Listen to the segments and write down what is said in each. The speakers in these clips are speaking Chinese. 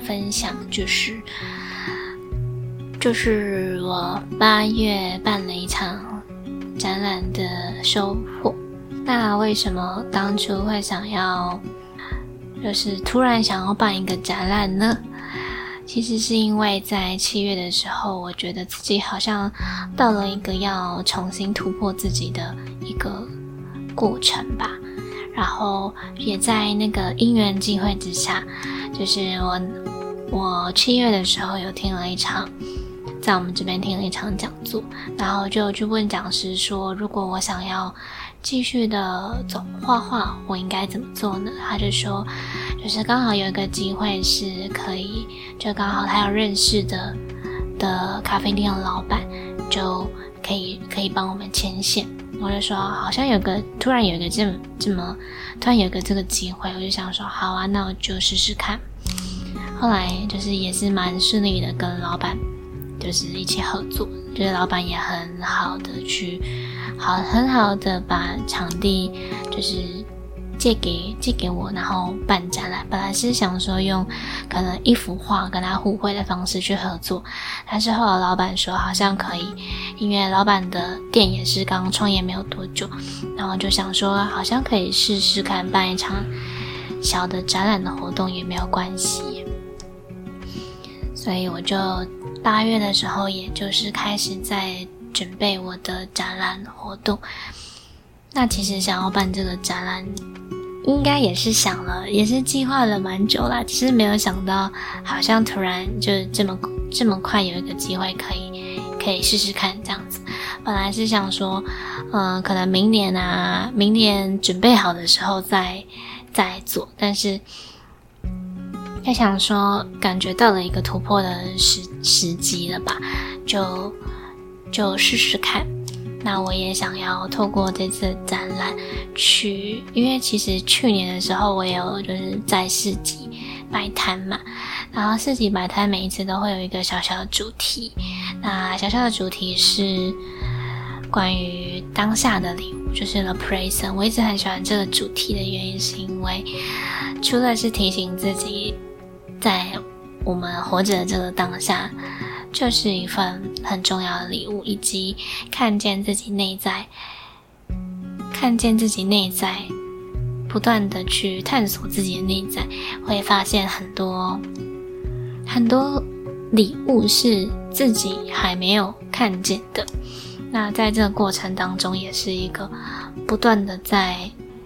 分享，就是我8月办了一场展览的收获。那为什么当初会想要突然想要办一个展览呢？其实是因为在7月的时候，我觉得自己好像到了一个要重新突破自己的一个过程吧。然后也在那个因缘际会之下，就是我7月的时候有在我们这边听了一场讲座，然后就去问讲师说，如果我想要继续的走画画，我应该怎么做呢？他就说，就是刚好有一个机会是可以，就刚好他有认识的咖啡店的老板，就可以帮我们牵线。我就说好像突然有一个这个机会，我就想说好啊，那我就试试看。后来就是也是蛮顺利的跟老板就是一起合作，就是老板也很好的把场地就是借给我，然后办展览。本来是想说用可能一幅画跟他互惠的方式去合作，但是后来老板说好像可以，因为老板的店也是刚创业没有多久，然后就想说好像可以试试看办一场小的展览的活动也没有关系。所以我就8月的时候，也就是开始在准备我的展览活动。那其实想要办这个展览，应该也是计划了蛮久啦，只是没有想到，好像突然就这么快有一个机会可以试试看这样子。本来是想说，可能明年准备好的时候再做，但是在想说，感觉到了一个突破的时机了吧，就试试看。那我也想要透过这次展览因为其实去年的时候我也有就是在市集摆摊嘛，然后市集摆摊每一次都会有一个小小的主题，那小小的主题是关于当下的礼物，就是 The Present。 我一直很喜欢这个主题的原因是因为除了是提醒自己在我们活着的这个当下就是一份很重要的礼物，以及看见自己内在，不断的去探索自己的内在，会发现很多礼物是自己还没有看见的。那在这个过程当中，也是一个不断的在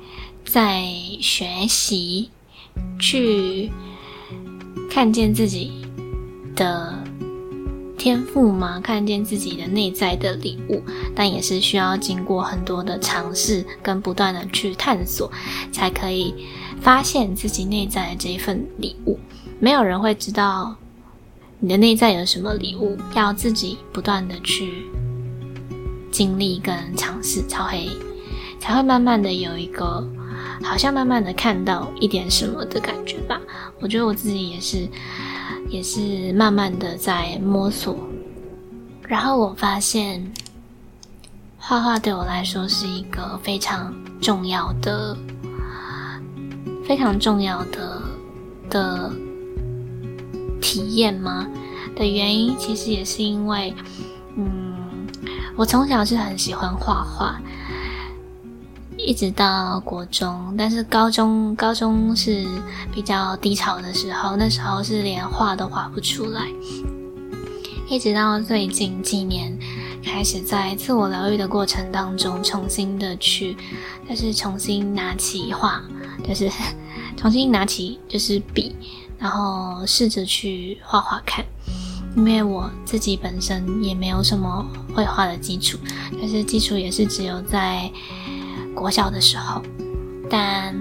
学习，去看见自己的天赋吗？看见自己的内在的礼物，但也是需要经过很多的尝试跟不断的去探索，才可以发现自己内在的这一份礼物。没有人会知道你的内在有什么礼物，要自己不断的去经历跟尝试，才会慢慢的有一个好像慢慢的看到一点什么的感觉吧。我觉得我自己也是慢慢的在摸索，然后我发现画画对我来说是一个非常重要的体验吗的原因，其实也是因为我从小是很喜欢画画，一直到国中，但是高中是比较低潮的时候，那时候是连画都画不出来，一直到最近几年开始在自我疗愈的过程当中，重新拿起画，就是重新拿起就是笔，然后试着去画画看。因为我自己本身也没有什么绘画的基础，就是基础也是只有在国小的时候，但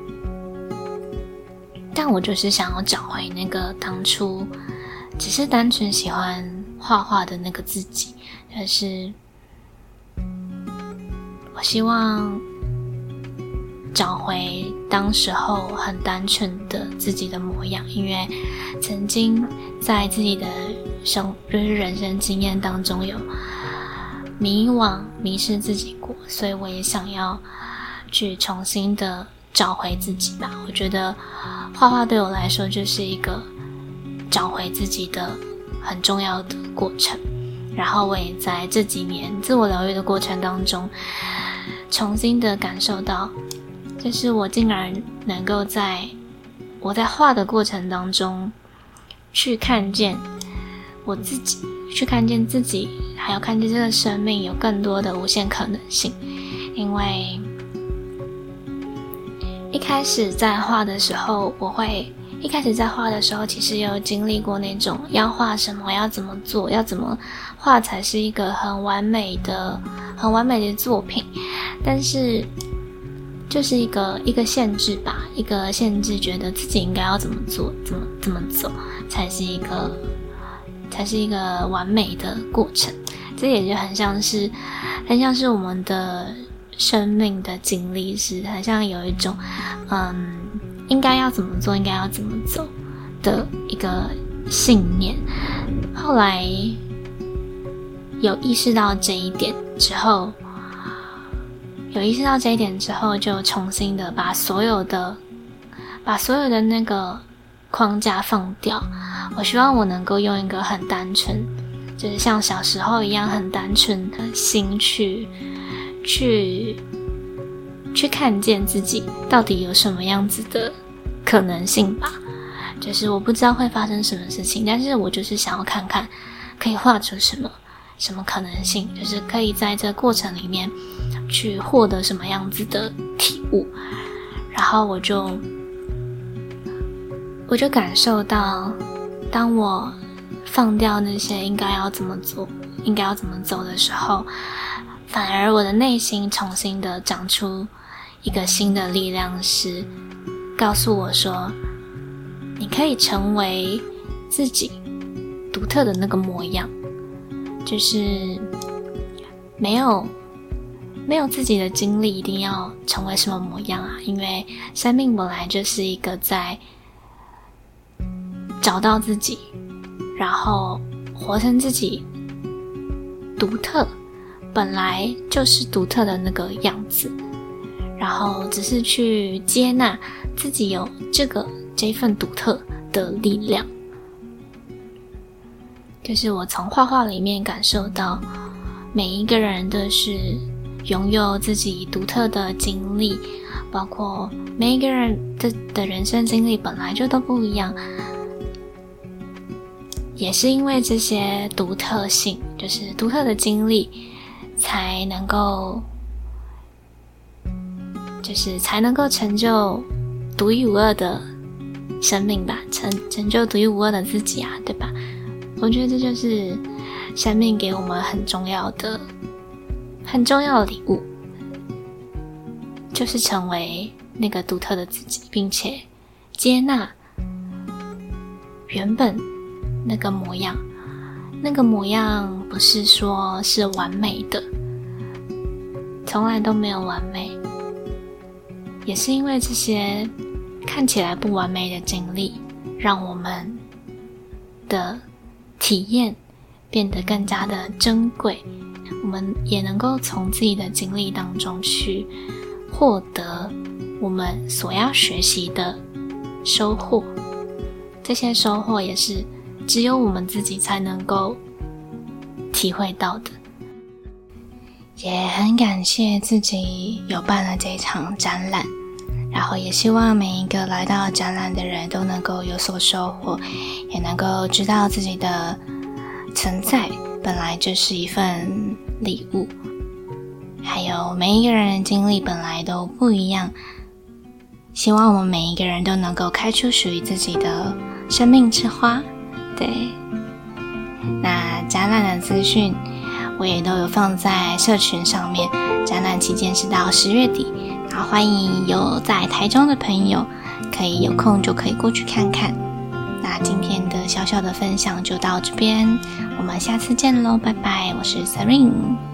我就是想要找回那个当初只是单纯喜欢画画的那个自己，就是我希望找回当时候很单纯的自己的模样，因为曾经在自己的就是人生经验当中有迷失自己过，所以我也想要去重新的找回自己吧。我觉得画画对我来说就是一个找回自己的很重要的过程。然后我也在这几年自我疗愈的过程当中，重新的感受到，就是我竟然能够在我在画的过程当中去看见我自己，去看见自己，还有看见这个生命有更多的无限可能性。因为一开始在画的时候，其实有经历过那种要画什么，要怎么做，要怎么画才是一个很完美的作品。但是就是一个限制吧，一个限制，觉得自己应该要怎么做，怎么走才是一个完美的过程。这也就很像是我们的生命的经历，是很像有一种应该要怎么做，应该要怎么走的一个信念。后来有意识到这一点之后，就重新的把所有的那个框架放掉。我希望我能够用一个很单纯，就是像小时候一样很单纯的心去看见自己到底有什么样子的可能性吧。就是我不知道会发生什么事情，但是我就是想要看看可以画出什么可能性，就是可以在这个过程里面去获得什么样子的体悟。然后我就感受到，当我放掉那些应该要怎么做，应该要怎么走的时候，反而我的内心重新的长出一个新的力量，是告诉我说，你可以成为自己独特的那个模样。就是没有自己的经历一定要成为什么模样啊，因为生命本来就是一个在找到自己，然后活成自己独特，本来就是独特的那个样子，然后只是去接纳自己有这份独特的力量。就是我从画画里面感受到，每一个人都是拥有自己独特的经历，包括每一个人的人生经历本来就都不一样，也是因为这些独特性，就是独特的经历，才能够成就独一无二的生命吧，成就独一无二的自己啊，对吧？我觉得这就是生命给我们很重要的礼物，就是成为那个独特的自己，并且接纳原本那个模样。那个模样不是说是完美的，从来都没有完美，也是因为这些看起来不完美的经历，让我们的体验变得更加的珍贵，我们也能够从自己的经历当中去获得我们所要学习的收获。这些收获也是只有我们自己才能够体会到的。也很感谢自己有办了这场展览，然后也希望每一个来到展览的人都能够有所收获，也能够知道自己的存在本来就是一份礼物，还有每一个人的经历本来都不一样，希望我们每一个人都能够开出属于自己的生命之花。对，那展览的资讯我也都有放在社群上面，展览期间是到10月底，然后欢迎有在台中的朋友可以有空就可以过去看看。那今天的小小的分享就到这边，我们下次见咯，拜拜，我是 Serene。